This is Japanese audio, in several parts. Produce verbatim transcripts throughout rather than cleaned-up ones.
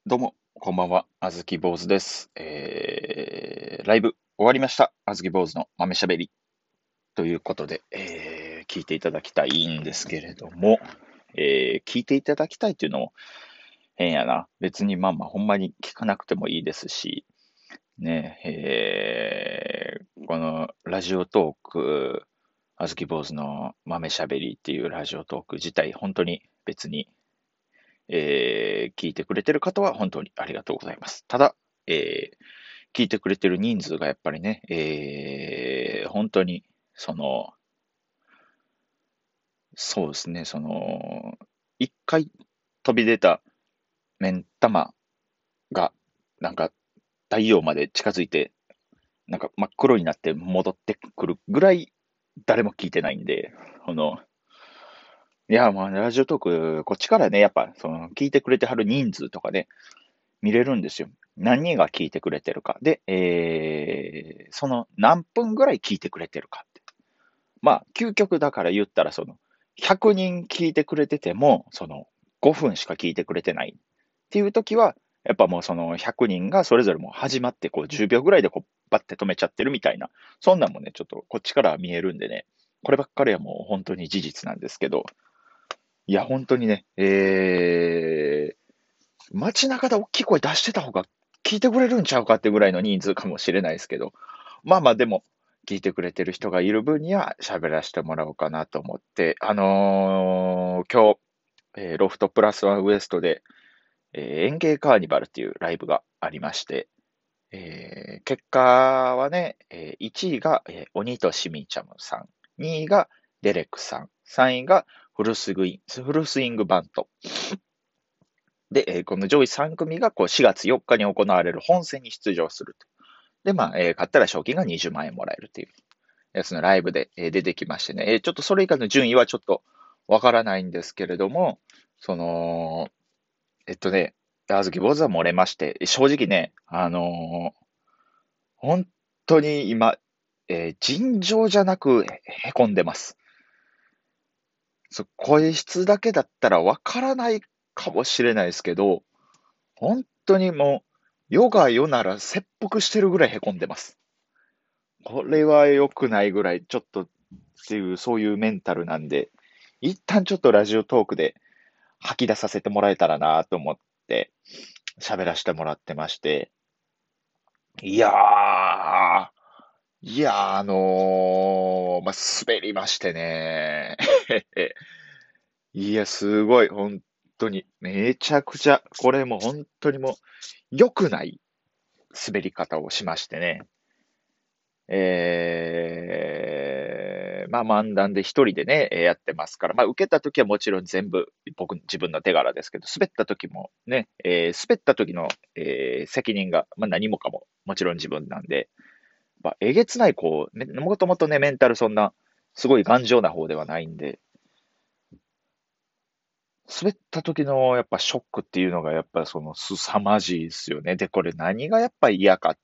どうも、こんばんは。あずき坊主です。えー、ライブ終わりました。あずき坊主の豆しゃべりということで、えー、聞いていただきたいんですけれども、えー、聞いていただきたいっていうのも変やな。別にまあまあ、ほんまに聞かなくてもいいですし、ね、えー、このラジオトーク、あずき坊主の豆しゃべりっていうラジオトーク自体、本当に別にえー聞いてくれてる方は本当にありがとうございます。ただ、えー聞いてくれてる人数がやっぱりね、えー本当に、その、そうですね、その、一回飛び出た目ん玉が、なんか、太陽まで近づいて、なんか真っ黒になって戻ってくるぐらい、誰も聞いてないんで、この、いや、まあ、ラジオトーク、こっちからね、やっぱ、その、聞いてくれてはる人数とかね、見れるんですよ。何人が聞いてくれてるか。で、えー、その何分ぐらい聞いてくれてるかって。まあ、究極だから言ったら、その、ひゃくにん聞いてくれてても、その、ごふんしか聞いてくれてないっていう時は、やっぱもうそのひゃくにんがそれぞれもう始まってこうじゅうびょうぐらいでこうバッて止めちゃってるみたいな、そんなんもね、ちょっとこっちからは見えるんでね、こればっかりはもう本当に事実なんですけど、いや、本当にね、えー、街中で大きい声出してた方が聞いてくれるんちゃうかってぐらいの人数かもしれないですけど、まあまあでも、聞いてくれてる人がいる分には喋らせてもらおうかなと思って、あのー今日、えーロフトプラスワンウエストで、えー演芸カーニバルっていうライブがありまして、えー結果はね、えーいちいが、えー鬼としみちゃむさん、にいがデレクさん、さんいがフルスグイン、フルスイングバント、で、えーこの上位さん組がこうしがつよっかに行われる本戦に出場すると。で、まあ、えー勝ったら賞金がにじゅうまん円もらえるっていうやつのライブで、えー出てきましてね、えーちょっとそれ以下の順位はちょっとわからないんですけれども、その、えっとね、あずき坊主は漏れまして、正直ね、あのー本当に今、えー尋常じゃなくへへこんでます。そう声質だけだったらわからないかもしれないですけど、本当にもう、世が世なら切腹してるぐらい凹んでます。これは良くないぐらい、ちょっとっていう、そういうメンタルなんで、一旦ちょっとラジオトークで吐き出させてもらえたらなと思って喋らせてもらってまして、いやー、いやー、あのー、まあ、滑りましてね。いや、すごい、本当に、めちゃくちゃ、これも本当にもう、良くない滑り方をしましてね。えー、まあ漫談で一人でね、えーやってますから、まあ受けた時はもちろん全部僕、自分の手柄ですけど、滑った時もね、えー滑った時の、えー責任が、まあ何もかももちろん自分なんで、まあ、えげつないこう、ね、もともとね、メンタルそんな、すごい頑丈な方ではないんで、滑った時のやっぱショックっていうのがやっぱその凄まじいですよね。で、これ何がやっぱ嫌かって、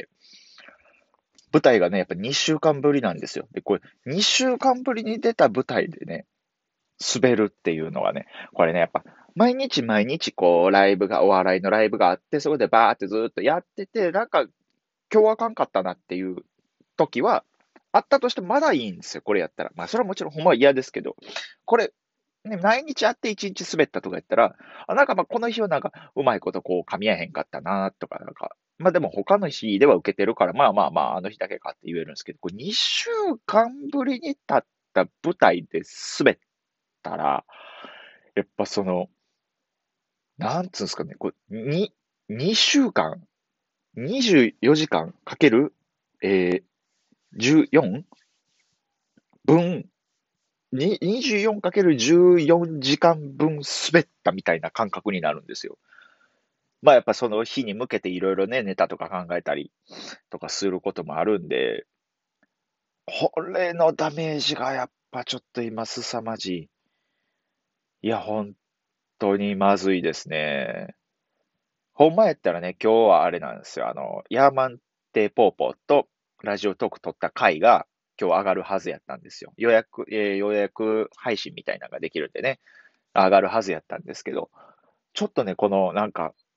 舞台がね、やっぱにしゅうかんぶりなんですよ。で、これ、にしゅうかんぶりに出た舞台でね、滑るっていうのはね、これね、やっぱ、毎日毎日こう、ライブが、お笑いのライブがあって、そこでバーってずーっとやってて、なんか、今日はあかんかったなっていう時は、あったとしてもまだいいんですよ、これやったら。まあ、それはもちろんほんまは嫌ですけど、これ、ね、毎日会って一日滑ったとかやったら、あ、なんかまあこの日はなんかうまいことこう噛み合えへんかったなとか、なんか、まあでも他の日では受けてるから、まあまあまあ、あの日だけかって言えるんですけど、これにしゅうかんぶりに立った舞台で滑ったら、やっぱその、なんつうんですかね、こう、に、にしゅうかん、にじゅうよじかんかける、えー、じゅうよん分、に にじゅうよんかけるじゅうよじかんぶん滑ったみたいな感覚になるんですよ。まあやっぱその日に向けていろいろね、ネタとか考えたりとかすることもあるんで、これのダメージがやっぱちょっと今凄まじい。いや、本当にまずいですね。ほんまやったらね、今日はあれなんですよ。あの、ヤーマンテポーポーとラジオトーク撮った回が今日上がるはずやったんですよ。予約、えー予約配信みたいなのができるんでね、上がるはずやったんですけど、ちょっとね、このなんか、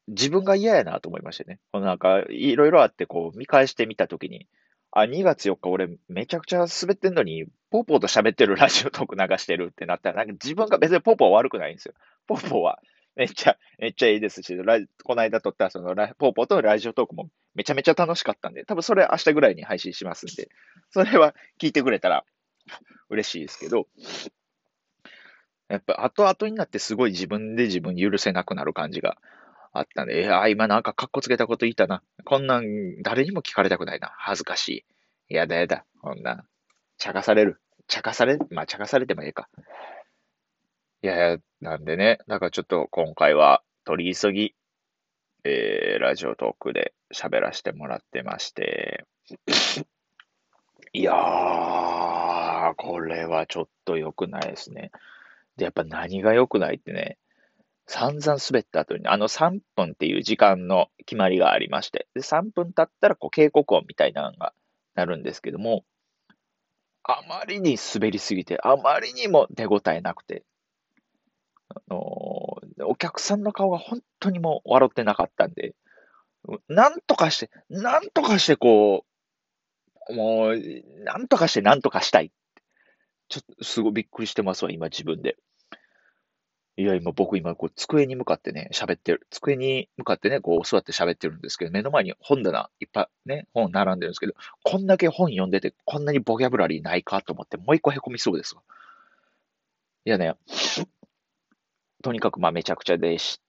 自分が嫌やなと思いましてね。このなんか、いろいろあって、こう、見返してみたときに、あ、にがつよっか俺めちゃくちゃ滑ってんのに、ポーポーと喋ってるラジオトーク流してるってなったら、なんか自分が別にポーポーは悪くないんですよ。ポーポーはめっちゃ、めっちゃいいですし、ラジこの間撮ったそのラポーポーとのラジオトークもめちゃめちゃ楽しかったんで、多分それ明日ぐらいに配信しますんで、それは聞いてくれたら嬉しいですけど、やっぱ後々になってすごい自分で自分許せなくなる感じがあったんで、いやー、今なんかカッコつけたこと言ったな。こんなん誰にも聞かれたくないな。恥ずかしい。やだやだ。こんな、茶化される。茶化され、まあ茶化されてもええか。いやいや、なんでね、だからちょっと今回は取り急ぎ、えー、ラジオトークで喋らせてもらってまして、いやー、これはちょっと良くないですね。で、やっぱ何が良くないってね、散々滑った後に、あのさんぷんっていう時間の決まりがありまして、で、さんぷん経ったらこう警告音みたいなのがなるんですけども、あまりに滑りすぎて、あまりにも手応えなくて、あのーお客さんの顔が本当にもう笑ってなかったんで、なんとかして、なんとかしてこう、もう、なんとかしてなんとかしたい。ちょっとすごいびっくりしてますわ、今自分で。いや、今僕今こう机に向かってね、喋ってる。机に向かってね、こう座って喋ってるんですけど、目の前に本棚いっぱいね、本並んでるんですけど、こんだけ本読んでて、こんなにボキャブラリーないかと思って、もう一個凹みそうですわ。いやね、とにかくまあめちゃくちゃでして、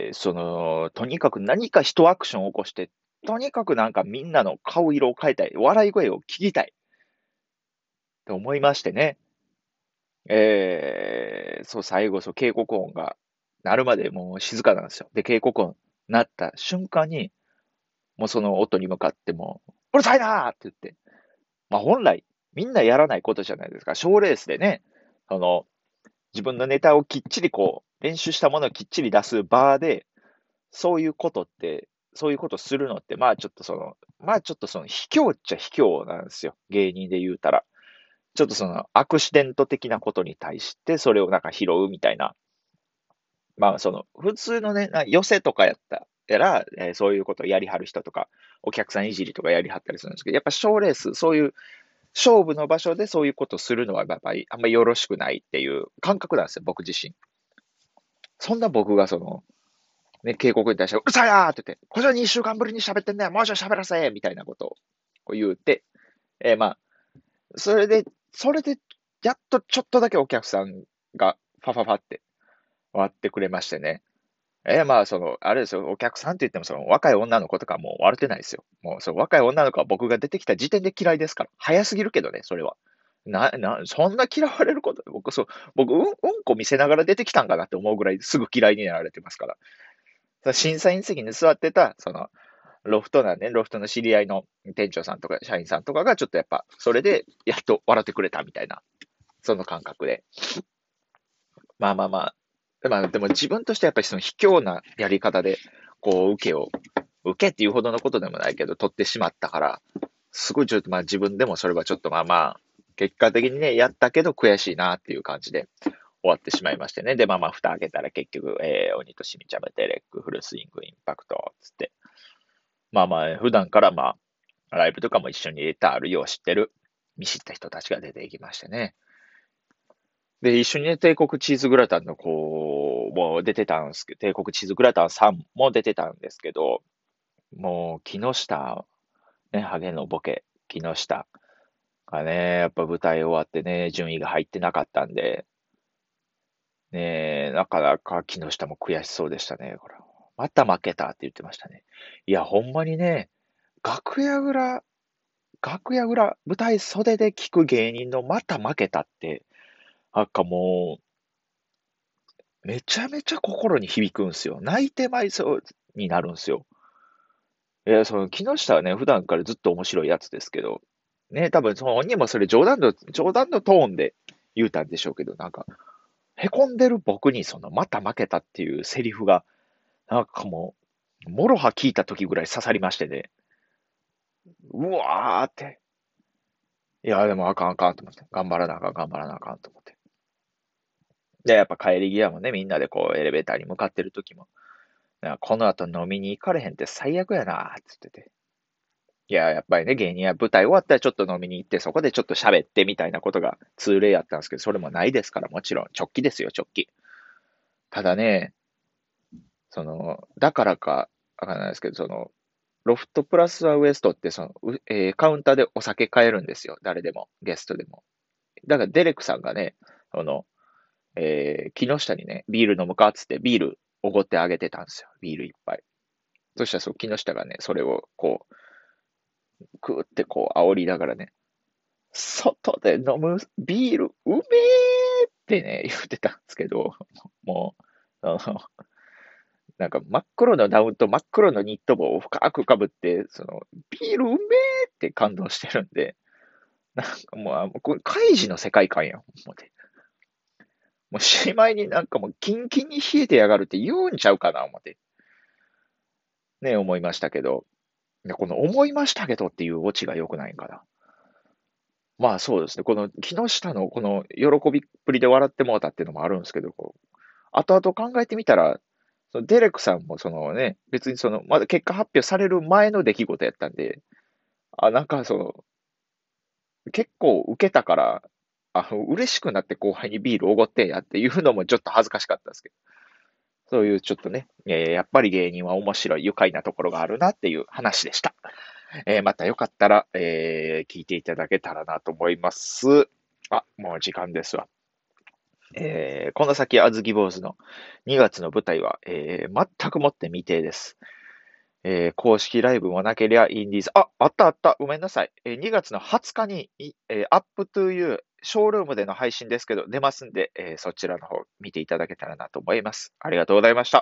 その、とにかく何か一アクションを起こして、とにかくなんかみんなの顔色を変えたい、笑い声を聞きたいと思いましてね。えー、そう、最後、そう、警告音が鳴るまでもう静かなんですよ。で、警告音鳴った瞬間に、もうその音に向かってもう、うるさいなーって言って、まあ本来、みんなやらないことじゃないですか。賞レースでね、その、自分のネタをきっちりこう、練習したものをきっちり出す場で、そういうことって、そういうことするのって、まあちょっとその、まあちょっとその、卑怯っちゃ卑怯なんですよ。芸人で言うたら。ちょっとその、アクシデント的なことに対して、それをなんか拾うみたいな。まあその、普通のね、な寄せとかやったら、えーそういうことをやりはる人とか、お客さんいじりとかやりはったりするんですけど、やっぱ賞レース、そういう勝負の場所でそういうことをするのはやっぱりあんまりよろしくないっていう感覚なんですよ、僕自身。そんな僕がその、ね、警告に対して、うるさいなーって言って、これはにしゅうかんぶりに喋ってんねん、もうちょい喋らせみたいなことをこう言うて、えーまあ、それで、それで、やっとちょっとだけお客さんが、ファファファって終わってくれましてね。えーまあ、その、あれですよ、お客さんって言っても、その、若い女の子とかもう笑ってないですよ。もう、その、若い女の子は僕が出てきた時点で嫌いですから。早すぎるけどね、それは。な、な、そんな嫌われること、僕、そう、僕、うん、うんこ見せながら出てきたんかなって思うぐらいすぐ嫌いになられてますから。その審査員席に座ってた、その、ロフトなんで、ロフトの知り合いの店長さんとか社員さんとかがちょっとやっぱ、それでやっと笑ってくれたみたいな、その感覚で。まあまあまあ、まあでも自分としてはやっぱりその卑怯なやり方で、こう、受けを、受けっていうほどのことでもないけど、取ってしまったから、すごいちょっとまあ自分でもそれはちょっとまあまあ、結果的にね、やったけど悔しいなっていう感じで終わってしまいましてね。で、まあまあ、蓋開けたら結局、えー、鬼としみちゃぶテレック、フルスイング、インパクト、つって。まあまあ、普段からまあ、ライブとかも一緒に入れたあるよう知ってる、見知った人たちが出ていきましてね。で、一緒にね、帝国チーズグラタンの子も出てたんですけど、帝国チーズグラタンさんも出てたんですけど、もう、木下、ね、ハゲのボケ、木下がね、やっぱ舞台終わってね、順位が入ってなかったんで、ねえ、なかなか木下も悔しそうでしたね、これ。また負けたって言ってましたね。いや、ほんまにね、楽屋裏、楽屋裏、舞台袖で聞く芸人のまた負けたって、なんかもう、めちゃめちゃ心に響くんすよ。泣いてまいそうになるんすよ。いや、その木下はね、普段からずっと面白いやつですけど、ね、多分その本人もそれ冗談の、冗談のトーンで言うたんでしょうけど、なんか、へこんでる僕にその、また負けたっていうセリフが、なんかもう、もろは聞いた時ぐらい刺さりましてね、うわーって、いや、でもあかんあかんと思って、頑張らなあかん、頑張らなあかんと思って。で、やっぱ帰り際もね、みんなでこう、エレベーターに向かってる時も、 この後飲みに行かれへんって最悪やな、つってて。いや、やっぱりね、芸人は舞台終わったらちょっと飲みに行って、そこでちょっと喋ってみたいなことが通例やったんですけど、それもないですから、もちろん、直帰ですよ、直帰。ただね、その、だからか、わかんないですけど、その、ロフトプラスはウエストって、その、うえーカウンターでお酒買えるんですよ。誰でも、ゲストでも。だからデレクさんがね、その、えー木下にね、ビール飲むかっつってビールおごってあげてたんですよ。ビール一杯。そしたらそう、木下がね、それをこう、くーってこう煽りながらね、外で飲むビールうめーってね、言ってたんですけど、もう、あの、なんか真っ黒なダウンと真っ黒のニット帽を深くかぶって、その、ビールうめーって感動してるんで、なんかもう、あもうこれ、カイジの世界観やん、思って。もうしまいになんかもうキンキンに冷えてやがるって言うんちゃうかな、思って。ね、思いましたけど。でこの思いましたけどっていうオチが良くないんかな。まあそうですね。この木下のこの喜びっぷりで笑ってもうたっていうのもあるんですけど、こう後々考えてみたら、そのデレクさんもそのね、別にその、まだ結果発表される前の出来事やったんで、あ、なんかその、結構受けたから、あの、嬉しくなって後輩にビールおごってんやっていうのもちょっと恥ずかしかったですけど、そういうちょっとね、えーやっぱり芸人は面白い愉快なところがあるなっていう話でした。えーまたよかったら、えー聞いていただけたらなと思います。あ、もう時間ですわ。えーこの先、あずき坊主のにがつの舞台は、えー全くもって未定です。えー公式ライブもなけりゃインディーズ、あ、あったあった、ごめんなさい。えーにがつのはつかに、いえー、アップトゥーユー、ショールームでの配信ですけど、出ますんで、えーそちらの方見ていただけたらなと思います。ありがとうございました。